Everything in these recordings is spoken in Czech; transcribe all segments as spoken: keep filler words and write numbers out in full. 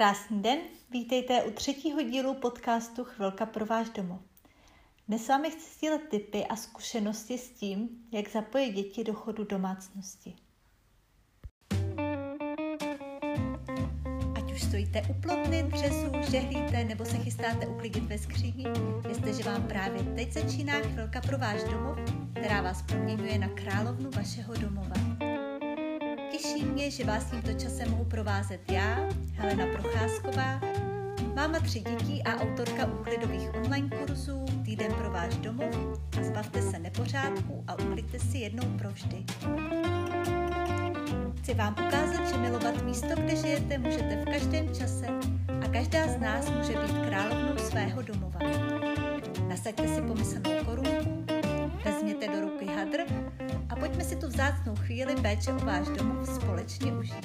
Krásný den, vítejte u třetího dílu podcastu Chvilka pro váš domov. Dnes s vámi chci sdílet tipy a zkušenosti s tím, jak zapojit děti do chodu domácnosti. Ať už stojíte u plotny, dřezu, žehlíte nebo se chystáte uklidit ve skříni, vězte, že vám právě teď začíná Chvilka pro váš domov, která vás proměňuje na královnu vašeho domova. Těší mě, že vás tímto časem mohu provázet já, Helena Procházková, máma tři dětí a autorka úklidových online kurzů Týden pro váš domov a zbavte se nepořádku a ukliďte si jednou provždy. Chci vám ukázat, že milovat místo, kde žijete, můžete v každém čase a každá z nás může být královnou svého domova. Nasaďte si pomyslnou korunku, vezměte do ruky hadr a pojďme si tu vzácnou chvíli péče o váš domov společně užít.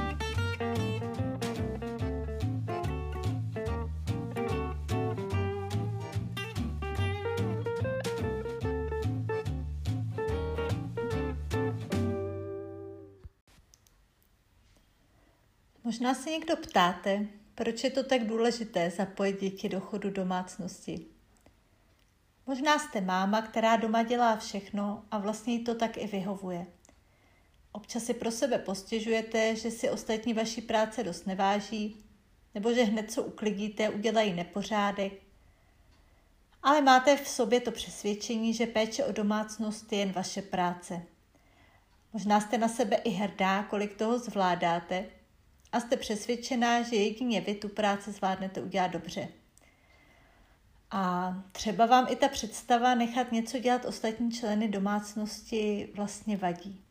Možná se někdo ptáte, proč je to tak důležité zapojit děti do chodu domácnosti. Možná jste máma, která doma dělá všechno a vlastně jí to tak i vyhovuje. Občas si pro sebe postěžujete, že si ostatní vaší práce dost neváží, nebo že hned co uklidíte, udělají nepořádek. Ale máte v sobě to přesvědčení, že péče o domácnost je jen vaše práce. Možná jste na sebe i hrdá, kolik toho zvládáte, a jste přesvědčená, že jedině vy tu práci zvládnete udělat dobře. A třeba vám i ta představa nechat něco dělat ostatní členy domácnosti vlastně vadí.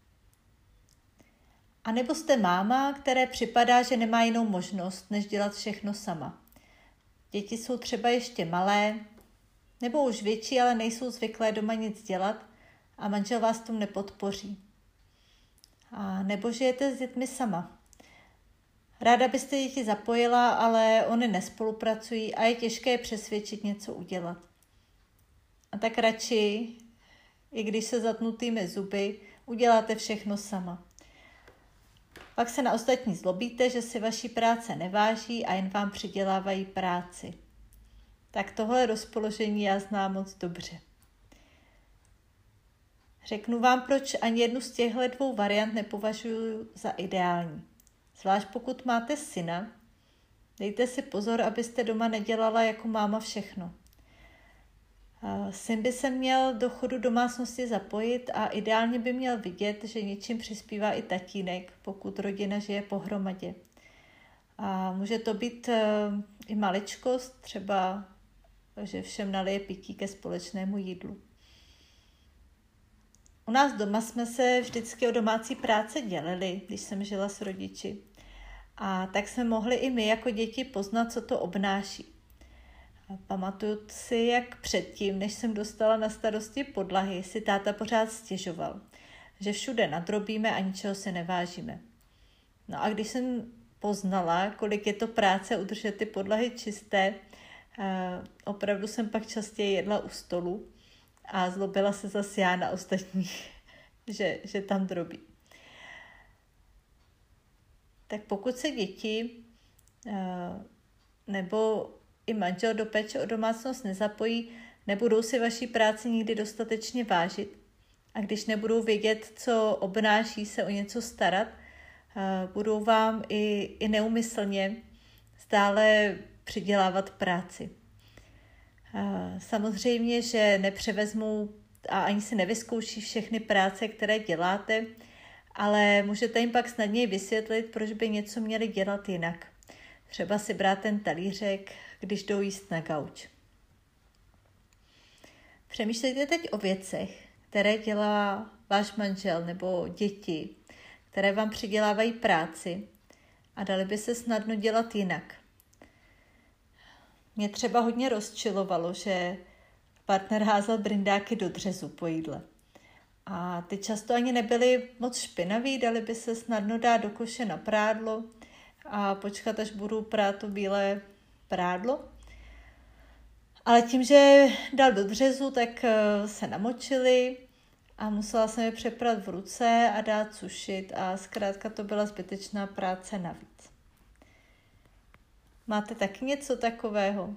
A nebo jste máma, které připadá, že nemá jinou možnost, než dělat všechno sama. Děti jsou třeba ještě malé, nebo už větší, ale nejsou zvyklé doma nic dělat a manžel vás tom nepodpoří. A nebo žijete s dětmi sama. Ráda byste děti zapojila, ale oni nespolupracují a je těžké je přesvědčit něco udělat. A tak radši, i když se zatnutými zuby, uděláte všechno sama. Pak se na ostatní zlobíte, že si vaší práce neváží a jen vám přidělávají práci. Tak tohle rozpoložení já znám moc dobře. Řeknu vám, proč ani jednu z těchto dvou variant nepovažuji za ideální. Zvlášť pokud máte syna, dejte si pozor, abyste doma nedělala jako máma všechno. Syn by se měl do chodu domácnosti zapojit a ideálně by měl vidět, že něčím přispívá i tatínek, pokud rodina žije pohromadě. A může to být i maličkost, třeba, že všem nalije pití ke společnému jídlu. U nás doma jsme se vždycky o domácí práce dělili, když jsem žila s rodiči. A tak jsme mohli i my jako děti poznat, co to obnáší. A pamatuju si, jak předtím, než jsem dostala na starosti podlahy, si táta pořád stěžoval, že všude nadrobíme a ničeho se nevážíme. No a když jsem poznala, kolik je to práce udržet ty podlahy čisté, opravdu jsem pak častěji jedla u stolu a zlobila se zase já na ostatní, že, že tam drobí. Tak pokud se děti nebo i manžel do péče o domácnost nezapojí, nebudou si vaší práci nikdy dostatečně vážit. A když nebudou vědět, co obnáší se o něco starat, budou vám i, i neumyslně stále přidělávat práci. Samozřejmě, že nepřevezmou a ani si nevyzkouší všechny práce, které děláte, ale můžete jim pak snadněji vysvětlit, proč by něco měli dělat jinak. Třeba si brát ten talířek, když jdou jíst na gauč. Přemýšlejte teď o věcech, které dělá váš manžel nebo děti, které vám přidělávají práci a dali by se snadno dělat jinak. Mě třeba hodně rozčilovalo, že partner házel brindáky do dřezu po jídle. A ty často ani nebyly moc špinavý, dali by se snadno dát do koše na prádlo a počkat, až budu prát to bílé prádlo. Ale tím, že dal do dřezu, tak se namočili a musela jsem je přeprat v ruce a dát sušit a zkrátka to byla zbytečná práce navíc. Máte taky něco takového?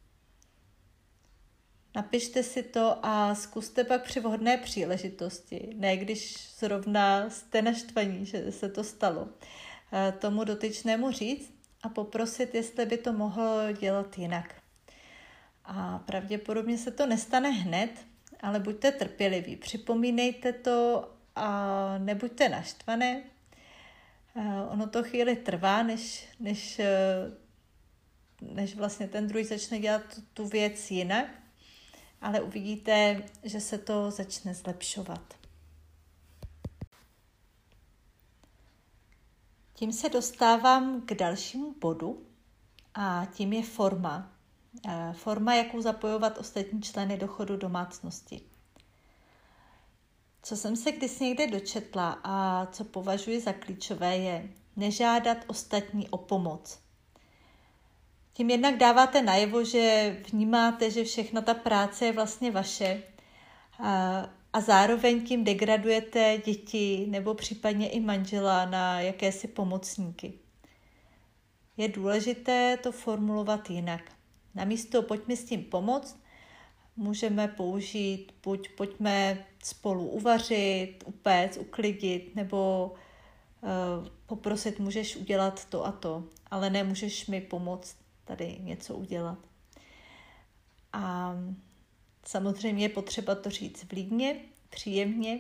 Napište si to a zkuste pak při vhodné příležitosti, ne když zrovna jste naštvaní, že se to stalo, tomu dotyčnému říct a poprosit, jestli by to mohlo dělat jinak. A pravděpodobně se to nestane hned, ale buďte trpěliví, připomínejte to a nebuďte naštvané. Ono to chvíli trvá, než, než, než vlastně ten druhý začne dělat tu věc jinak, ale uvidíte, že se to začne zlepšovat. Tím se dostávám k dalšímu bodu a tím je forma. Forma, jakou zapojovat ostatní členy do chodu domácnosti. Co jsem se kdysi někde dočetla a co považuji za klíčové je nežádat ostatní o pomoc. Tím jednak dáváte najevo, že vnímáte, že všechna ta práce je vlastně vaše a, a zároveň tím degradujete děti nebo případně i manžela na jakési pomocníky. Je důležité to formulovat jinak. Namísto pojďme s tím pomoct, můžeme použít buď pojďme spolu uvařit, upéct, uklidit, nebo uh, poprosit, můžeš udělat to a to, ale ne můžeš mi pomoct tady něco udělat. A samozřejmě je potřeba to říct vlídně, příjemně.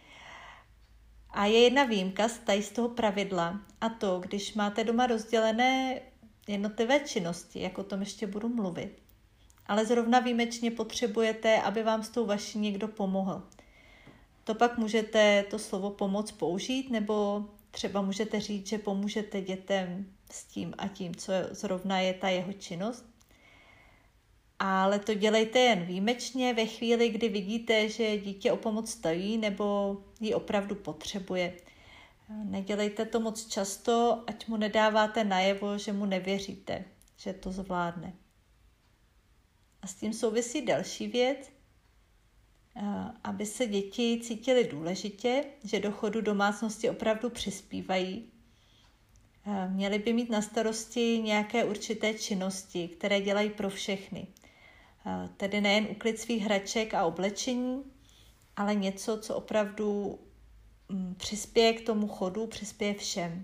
A je jedna výjimka z tady z toho pravidla a to, když máte doma rozdělené jednotlivé činnosti, jak o tom ještě budu mluvit, ale zrovna výjimečně potřebujete, aby vám s tou vaší někdo pomohl. To pak můžete to slovo pomoc použít, nebo třeba můžete říct, že pomůžete dětem s tím a tím, co zrovna je ta jeho činnost. Ale to dělejte jen výjimečně ve chvíli, kdy vidíte, že dítě o pomoc stojí nebo ji opravdu potřebuje. Nedělejte to moc často, ať mu nedáváte najevo, že mu nevěříte, že to zvládne. A s tím souvisí další věc, aby se děti cítily důležitě, že do chodu domácnosti opravdu přispívají. Měli by mít na starosti nějaké určité činnosti, které dělají pro všechny. Tedy nejen úklid svých hraček a oblečení, ale něco, co opravdu přispěje k tomu chodu, přispěje všem.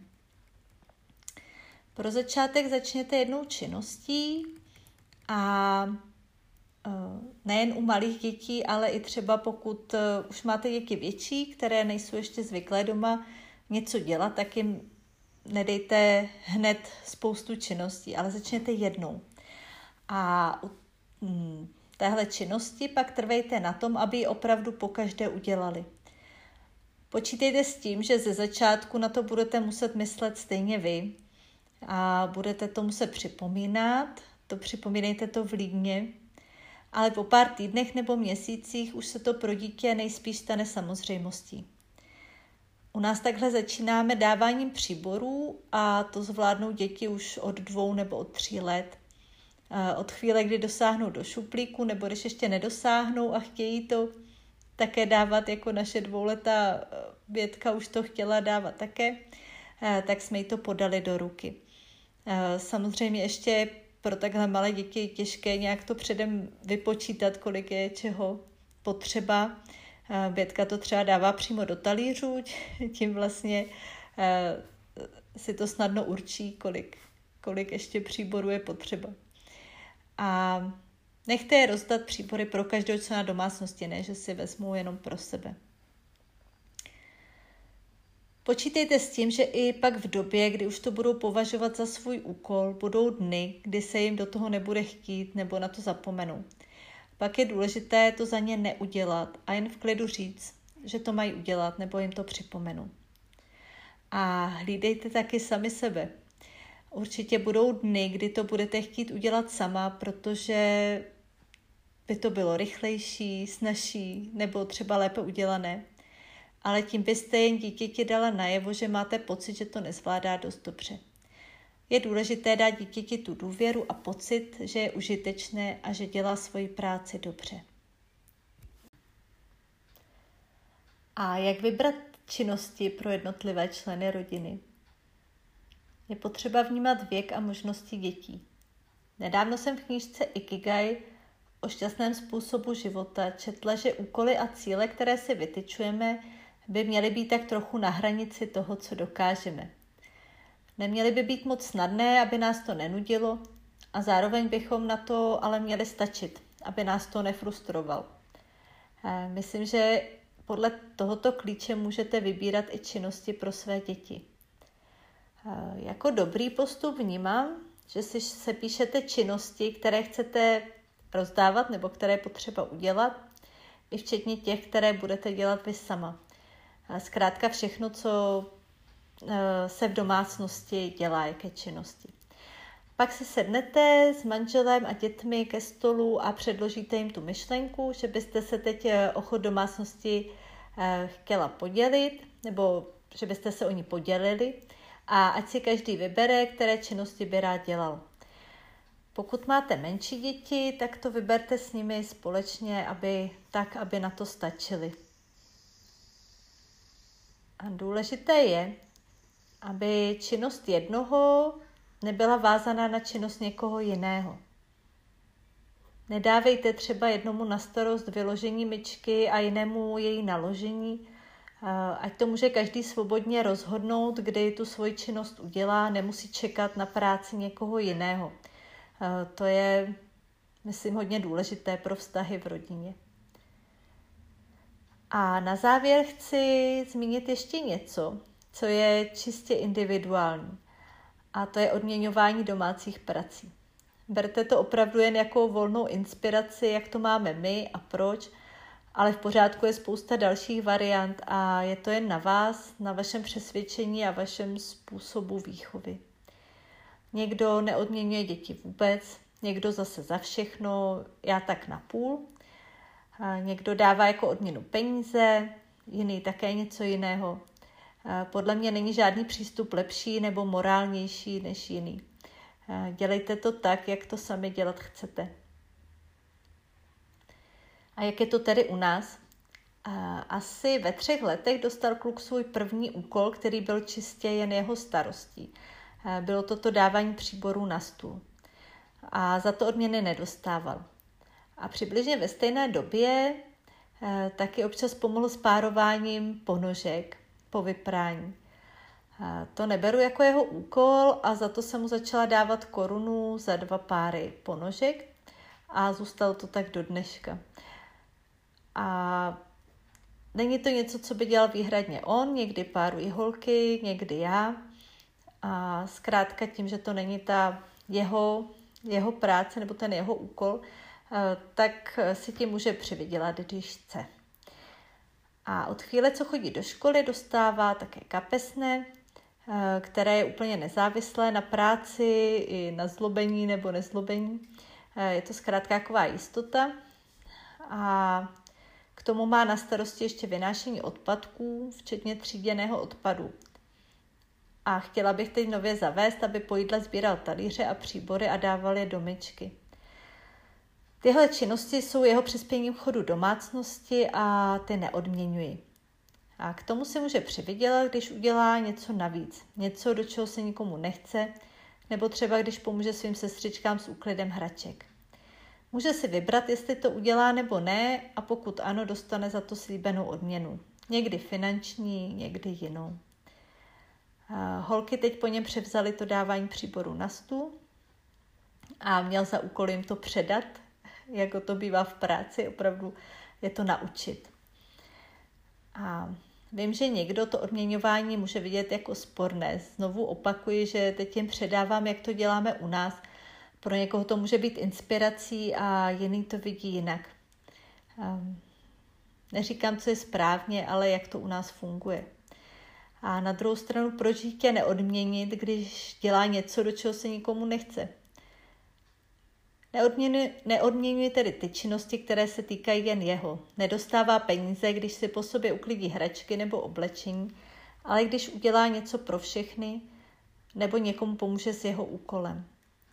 Pro začátek začněte jednou činností a nejen u malých dětí, ale i třeba pokud už máte děti větší, které nejsou ještě zvyklé doma něco dělat, tak jim nedejte hned spoustu činností, ale začněte jednou. A u téhle činnosti pak trvejte na tom, aby ji opravdu pokaždé udělali. Počítejte s tím, že ze začátku na to budete muset myslet stejně vy a budete to muset připomínat, to připomínejte to vlídně, ale po pár týdnech nebo měsících už se to pro dítě nejspíš stane samozřejmostí. U nás takhle začínáme dáváním příborů a to zvládnou děti už od dvou nebo od tří let. Od chvíle, kdy dosáhnou do šuplíku nebo když ještě nedosáhnou a chtějí to také dávat, jako naše dvouletá Bětka už to chtěla dávat také, tak jsme jí to podali do ruky. Samozřejmě ještě pro takhle malé děti je těžké nějak to předem vypočítat, kolik je čeho potřeba. Bětka to třeba dává přímo do talířů, tím vlastně si to snadno určí, kolik, kolik ještě příborů je potřeba. A nechte je rozdat příbory pro každého člena domácnosti, ne, že si vezmou jenom pro sebe. Počítejte s tím, že i pak v době, kdy už to budou považovat za svůj úkol, budou dny, kdy se jim do toho nebude chtít nebo na to zapomenou. Pak je důležité to za ně neudělat a jen v klidu říct, že to mají udělat nebo jim to připomenu. A hlídejte taky sami sebe. Určitě budou dny, kdy to budete chtít udělat sama, protože by to bylo rychlejší, snazší nebo třeba lépe udělané. Ale tím byste jen dítěti dala najevo, že máte pocit, že to nezvládá dost dobře. Je důležité dát dítěti tu důvěru a pocit, že je užitečné a že dělá svoji práci dobře. A jak vybrat činnosti pro jednotlivé členy rodiny? Je potřeba vnímat věk a možnosti dětí. Nedávno jsem v knížce Ikigai o šťastném způsobu života četla, že úkoly a cíle, které si vytyčujeme, by měly být tak trochu na hranici toho, co dokážeme. Neměly by být moc snadné, aby nás to nenudilo, a zároveň bychom na to ale měli stačit, aby nás to nefrustrovalo. Myslím, že podle tohoto klíče můžete vybírat i činnosti pro své děti. Jako dobrý postup vnímám, že si se píšete činnosti, které chcete rozdávat nebo které je potřeba udělat, i včetně těch, které budete dělat vy sama. Zkrátka všechno, co se v domácnosti dělá, jaké činnosti. Pak si sednete s manželem a dětmi ke stolu a předložíte jim tu myšlenku, že byste se teď o chod domácnosti chtěla podělit, nebo že byste se o ní podělili, a ať si každý vybere, které činnosti by rád dělal. Pokud máte menší děti, tak to vyberte s nimi společně, aby, tak, aby na to stačili. A důležité je, aby činnost jednoho nebyla vázaná na činnost někoho jiného. Nedávejte třeba jednomu na starost vyložení myčky a jinému její naložení, ať to může každý svobodně rozhodnout, kdy tu svoji činnost udělá, nemusí čekat na práci někoho jiného. To je, myslím, hodně důležité pro vztahy v rodině. A na závěr chci zmínit ještě něco, co je čistě individuální. A to je odměňování domácích prací. Berte to opravdu jen jako volnou inspiraci, jak to máme my a proč, ale v pořádku je spousta dalších variant a je to jen na vás, na vašem přesvědčení a vašem způsobu výchovy. Někdo neodměňuje děti vůbec, někdo zase za všechno, já tak na půl. A někdo dává jako odměnu peníze, jiný také něco jiného. A podle mě není žádný přístup lepší nebo morálnější než jiný. A dělejte to tak, jak to sami dělat chcete. A jak je to tedy u nás? A asi ve třech letech dostal kluk svůj první úkol, který byl čistě jen jeho starostí. A bylo to to dávání příborů na stůl. A za to odměny nedostával. A přibližně ve stejné době e, taky občas pomohl s párováním ponožek po vyprání. A to neberu jako jeho úkol a za to jsem mu začala dávat korunu za dva páry ponožek a zůstalo to tak do dneška. A není to něco, co by dělal výhradně on, někdy párují holky, někdy já. A zkrátka tím, že to není ta jeho, jeho práce nebo ten jeho úkol, tak si tím může přivydělat, když chce. A od chvíle, co chodí do školy, dostává také kapesné, které je úplně nezávislé na práci, i na zlobení nebo nezlobení. Je to zkrátka taková jistota. A k tomu má na starosti ještě vynášení odpadků, včetně tříděného odpadu. A chtěla bych teď nově zavést, aby po jídle sbíral talíře a příbory a dával je do myčky. Tyhle činnosti jsou jeho přispěním k chodu domácnosti a ty neodměňuji. A k tomu si může přivydělat, když udělá něco navíc, něco, do čeho se nikomu nechce, nebo třeba když pomůže svým sestřičkám s úklidem hraček. Může si vybrat, jestli to udělá nebo ne, a pokud ano, dostane za to slíbenou odměnu. Někdy finanční, někdy jinou. A holky teď po něm převzaly to dávání příborů na stůl a měl za úkol jim to předat, jako to bývá v práci, opravdu je to naučit. A vím, že někdo to odměňování může vidět jako sporné. Znovu opakuji, že teď jim předávám, jak to děláme u nás. Pro někoho to může být inspirací a jiný to vidí jinak. Um, neříkám, co je správně, ale jak to u nás funguje. A na druhou stranu, proč dítě neodměnit, když dělá něco, do čeho se nikomu nechce? Neodměňuje tedy ty činnosti, které se týkají jen jeho. Nedostává peníze, když si po sobě uklidí hračky nebo oblečení, ale když udělá něco pro všechny nebo někomu pomůže s jeho úkolem.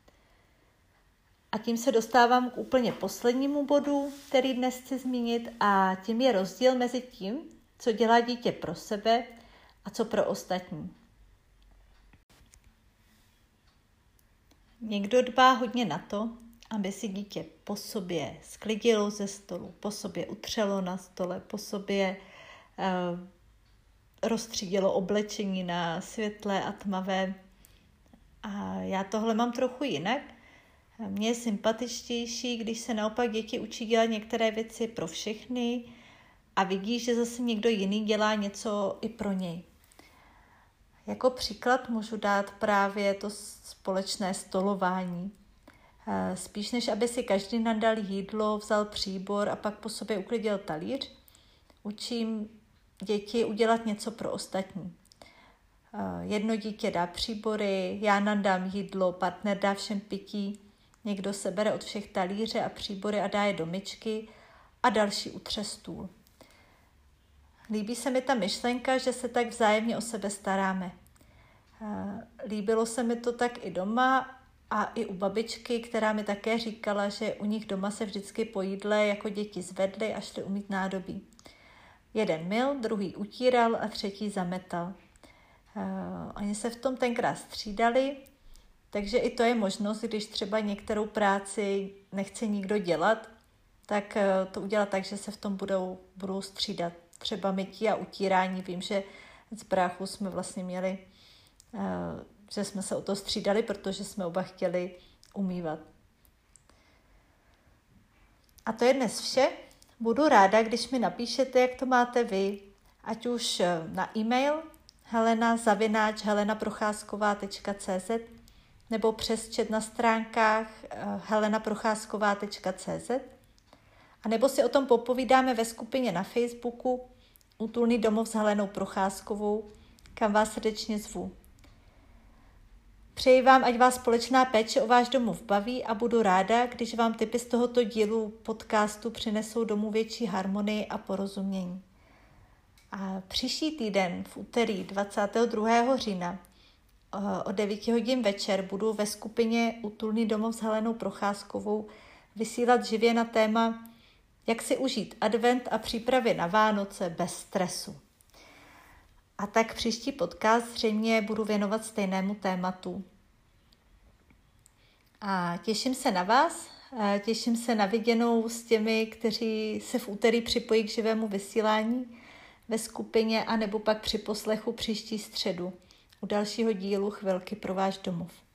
A tím se dostávám k úplně poslednímu bodu, který dnes chci zmínit, a tím je rozdíl mezi tím, co dělá dítě pro sebe a co pro ostatní. Někdo dbá hodně na to, aby si dítě po sobě sklidilo ze stolu, po sobě utřelo na stole, po sobě uh, rozstřídilo oblečení na světlé a tmavé. A já tohle mám trochu jinak. Mně je sympatičtější, když se naopak děti učí dělat některé věci pro všechny a vidí, že zase někdo jiný dělá něco i pro něj. Jako příklad můžu dát právě to společné stolování. Spíš než aby si každý nadal jídlo, vzal příbor a pak po sobě uklidil talíř, učím děti udělat něco pro ostatní. Jedno dítě dá příbory, já nadám jídlo, partner dá všem pití, někdo se bere od všech talíře a příbory a dá je do myčky a další utře stůl. Líbí se mi ta myšlenka, že se tak vzájemně o sebe staráme. Líbilo se mi to tak i doma a i u babičky, která mi také říkala, že u nich doma se vždycky po jídle jako děti zvedly a šli umýt nádobí. Jeden myl, druhý utíral a třetí zametal. Oni se v tom tenkrát střídali, takže i to je možnost, když třeba některou práci nechce nikdo dělat, tak to udělat tak, že se v tom budou, budou střídat. Třeba mytí a utírání. Vím, že z bráchu jsme vlastně měli, že jsme se o to střídali, protože jsme oba chtěli umývat. A to je dnes vše. Budu ráda, když mi napíšete, jak to máte vy, ať už na e-mail helena zavináč helena procházková tečka cé zet nebo přes chat na stránkách helena procházková tečka cé zet a nebo si o tom popovídáme ve skupině na Facebooku Útulný domov s Helenou Procházkovou, kam vás srdečně zvu. Přeji vám, ať vás společná péče o váš domov baví a budu ráda, když vám tipy z tohoto dílu podcastu přinesou domů větší harmonii a porozumění. A příští týden v úterý dvacátého druhého října o devět hodin večer budu ve skupině Útulný domov s Helenou Procházkovou vysílat živě na téma jak si užít advent a přípravy na Vánoce bez stresu. A tak příští podcast zřejmě budu věnovat stejnému tématu. A těším se na vás, těším se na viděnou s těmi, kteří se v úterý připojí k živému vysílání ve skupině a nebo pak při poslechu příští středu u dalšího dílu Chvilky pro váš domov.